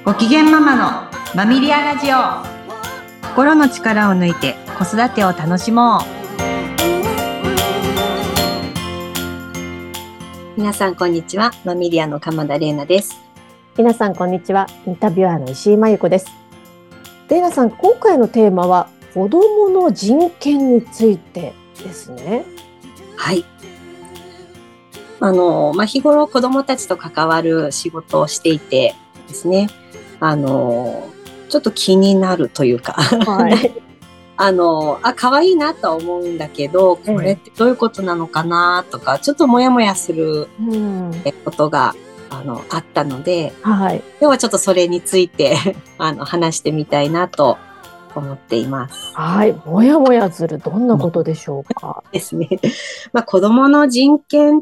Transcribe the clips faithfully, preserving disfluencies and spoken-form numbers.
ご機嫌ママのマミリアラジオ。心の力を抜いて子育てを楽しもう。皆さんこんにちは。マミリアの鎌田玲奈です。 皆さんこんにちは。インタビュアーの石井真由子です。玲奈さん、今回のテーマは子どもの人権についてですね。 はい。あの、まあ、日頃子どもたちと関わる仕事をしていてですね、あの、ちょっと気になるというか、はい、あの、あ、可愛いなとは思うんだけど、これってどういうことなのかなとか、ちょっともやもやすることが、うん、あの、あったので、はい、今日はちょっとそれについてあの話してみたいなと思っています。 はい、もやもやする、どんなことでしょうか。 ですね。まあ、子供の人権って、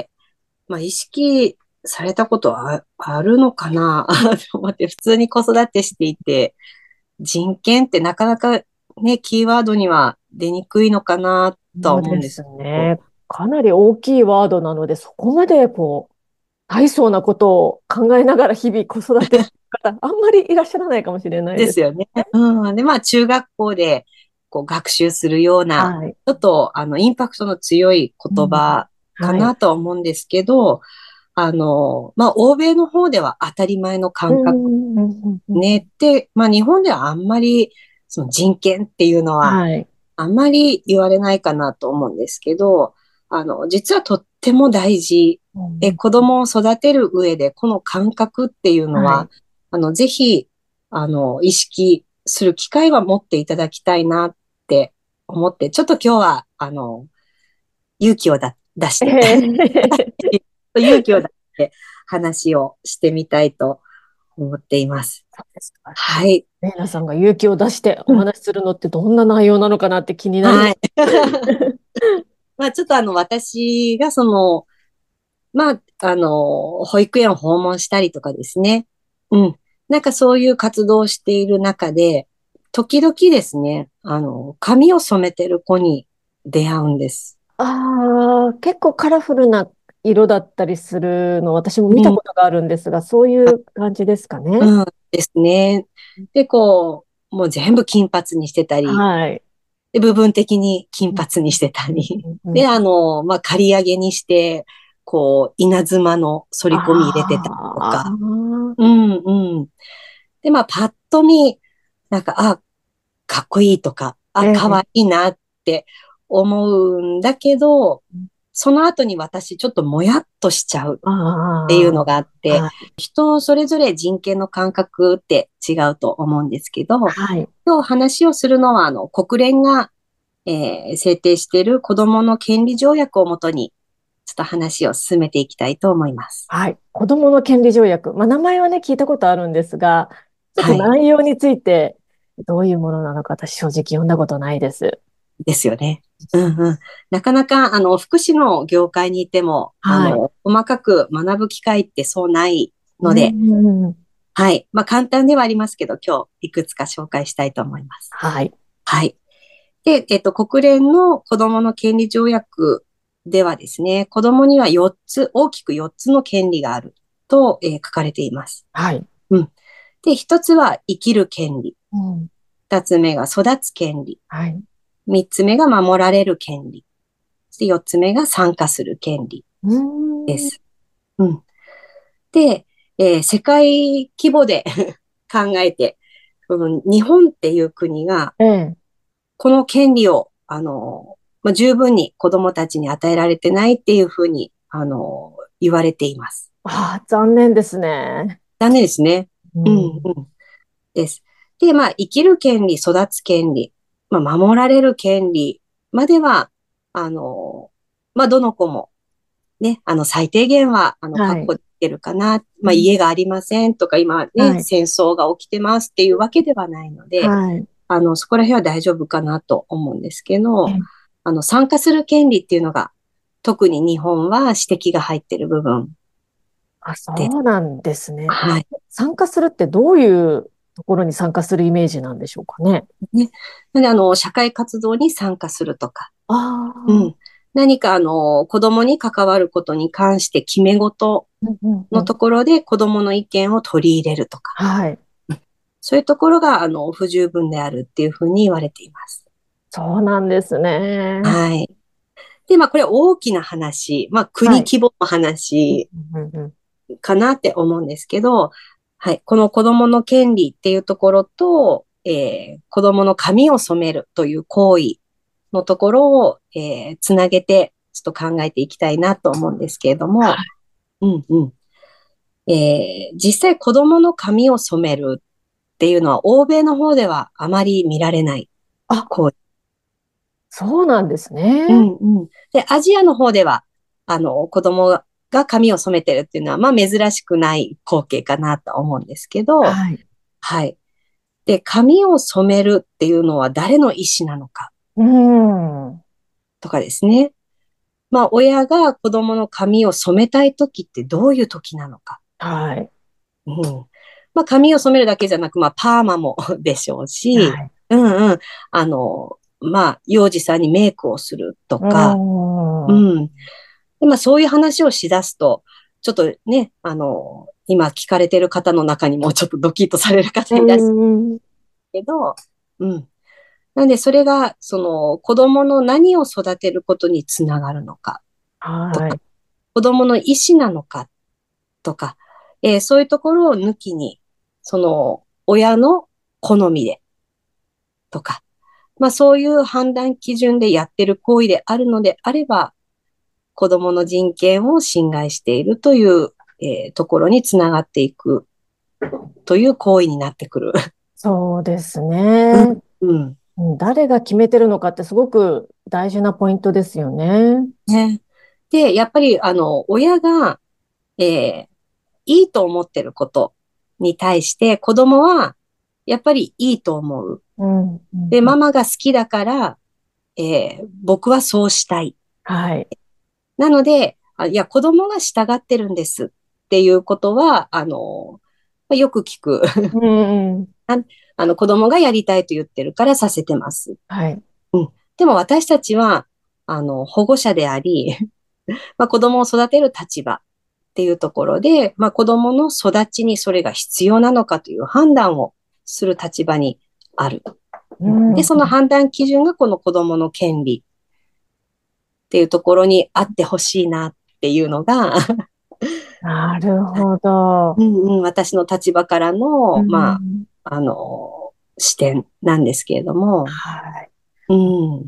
まあ、意識されたことは あ, あるのかなと思って、普通に子育てしていて、人権ってなかなかね、キーワードには出にくいのかなとは思うんですそうですね。かなり大きいワードなので、そこまでこう、大層なことを考えながら日々子育てしてる方、あんまりいらっしゃらないかもしれないです。 ですよね。うん。で、まあ、中学校でこう学習するような、はい、ちょっと、あの、インパクトの強い言葉かなとは思うんですけど、うんはい、あの、まあ、欧米の方では当たり前の感覚ね。で、まあ、日本ではあんまり、その人権っていうのは、あんまり言われないかなと思うんですけど、あの、実はとっても大事。え、子供を育てる上で、この感覚っていうのは、はい、あの、ぜひ、あの、意識する機会は持っていただきたいなって思って、ちょっと今日は、あの、勇気をだ出して、えー、勇気を出して話をしてみたいと思っています。 そうですか。 はい。 玲奈さんが勇気を出してお話しするのってどんな内容なのかなって気になります。はい、 まあちょっとあの私がその、まああの、保育園を訪問したりとかですね。うん。なんかそういう活動をしている中で、時々ですね、あの、髪を染めてる子に出会うんです。 ああ、結構カラフルな色だったりするの、私も見たことがあるんですが、うん、そういう感じですかね。 うんですね。で、こう、もう全部金髪にしてたり、はい、で部分的に金髪にしてたり、うん、で、あの、まあ、刈り上げにして、こう、稲妻の反り込み入れてたりとか、うんうん。で、まあ、パッと見、なんか、あ、かっこいいとか、あ、かわいいなって思うんだけど、えー、その後に私ちょっともやっとしちゃうっていうのがあって、人それぞれ人権の感覚って違うと思うんですけど、はい、今日話をするのは、あの、国連が、えー、制定している子供の権利条約をもとに、ちょっと話を進めていきたいと思います。 はい。子供の権利条約。まあ、名前はね、聞いたことあるんですが、ちょっと内容について、どういうものなのか、私正直読んだことないです。 ですよね。うんうん。なかなか、あの、福祉の業界にいても、はい、あの、細かく学ぶ機会ってそうないので、うんうん、はい。まあ、簡単ではありますけど、今日いくつか紹介したいと思います。 はい。 はい。で、えっと、国連の子供の権利条約ではですね、子供にはよっつ、大きくよっつの権利があると、えー、書かれています。はい。うん。で、ひとつは生きる権利。うん、ふたつめが育つ権利。はい。みっつめが守られる権利。で、よっつめが参加する権利です。うん。で、えー、世界規模で考えて、日本っていう国が、この権利を、あの、まあ、十分に子供たちに与えられてないっていうふうに、あの、言われています。 ああ、残念ですね。 残念ですね。うん、うん、です。で、まあ、生きる権利、育つ権利、まあ、守られる権利までは、あの、まあ、どの子も、ね、あの、最低限は、あの、確保できるかな。はい、まあ、家がありませんとか、今ね、はい、戦争が起きてますっていうわけではないので、はい、あの、そこら辺は大丈夫かなと思うんですけど、あの、参加する権利っていうのが、特に日本は指摘が入っている部分。 あ、そうなんですね。はい。参加するってどういうところに参加するイメージなんでしょうかね。 ね。なので、あの、社会活動に参加するとか。ああ。うん。 何かあの、子供に関わることに関して決め事のところで子供の意見を取り入れるとか、 はい。 そういうところがあの、不十分であるっていうふうに言われています。 そうなんですね。 はい。で、まあ、これ大きな話、まあ、国はい。 規模のうん話うんうんかなって思うんですけど、はい。この子供の権利っていうところと、えー、子供の髪を染めるという行為のところを、えー、つなげて、ちょっと考えていきたいなと思うんですけれども、うんうん。えー、実際子供の髪を染めるっていうのは、欧米の方ではあまり見られないあ、 行為。 そうなんですね。 うんうん。で、アジアの方では、あの、子供が髪を染めてるっていうのは、まあ珍しくない光景かなと思うんですけど、 はい。 はい。で、髪を染めるっていうのは誰の意思なのかうん。 とかですね。まあ、親が子供の髪を染めたい時ってどういう時なのか。 はい。 うん。まあ、髪を染めるだけじゃなく、まあ、パーマもでしょうし、 はい。 うんうん。あの、まあ、幼児さんにメイクをするとうか、うん。 ん。で、まあ、そういう話をしだすと、ちょっとね、あの、今聞かれてる方の中にもちょっとドキッとされるう方いらっしゃるん。 けど、うん。なんで、それが、その、子供の何を育てることにつながるのかとか、 はい。 子供の意思なのかとか、えーそういうところを抜きに、その、親の好みでとか、まあそういう判断基準でやってる行為であるのであれば、子供の人権を侵害しているという、えーところにつながっていくという行為になってくる。 そうですうん、 ね。 うん。 うん誰が決めてるのかってすごく大事なポイントですよね。 ね。で、やっぱり、あの、親が、えーいいと思ってることに対して子供はやっぱりいいと思う。 うん。うんで、 うんママが好きだから、えー僕はそうしたい。 はい。 なので、あいや、子供が従ってるんですっていうことは、あの、よく聞く。 うん。うんああの、子供がやりたいと言ってるからさせてます。 はい。 うん。でも私たちは、あの、保護者であり、まあ、子供を育てる立場っていうところで、まあ、子供の育ちにそれが必要なのかという判断をする立場にある。 うで、 ん。 その判断基準がこの子供の権利っていうところにあってほしいなっていうのが、 なるほど。 うんうん、私の立場からうの、まん。 あ、あの、視点なんですけれども、 はい。 うん、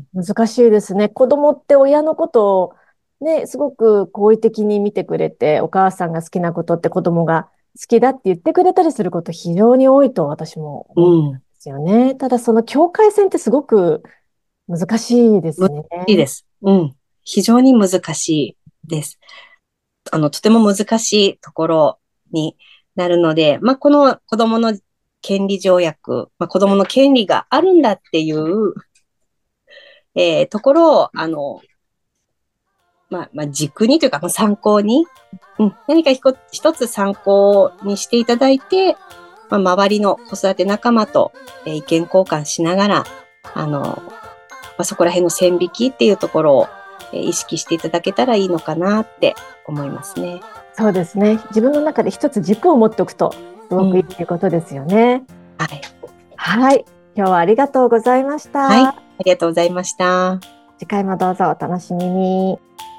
難しいですね。子供って親のことをね、すごく好意的に見てくれて、お母さんが好きなことって子供が好きだって言ってくれたりすること非常に多いと私もう思うんでん、 すよね。ただその境界線ってすごく難しいです難ね。 しいです。うん、非常に難しいです。あの、とても難しいところになるので、まあ、この子供の権利条約、まあ、子供の権利があるんだっていう、えーところを、あの、まあ、まあ、軸にというか、まあ、参考に、うん、何か一一つ参考にしていただいて、まあ、周りの子育て仲間と、えー意見交換しながら、あの、まあ、そこら辺の線引きっていうところを、えー意識していただけたらいいのかなって思いますね。 そうですね。自分の中で一つ軸を持っておくとすごくいいうん。 ということですよね。 はい。 はい。今日はありがとうございましはい。 た。 ありがとうございました。 次回もどうぞお楽しみに。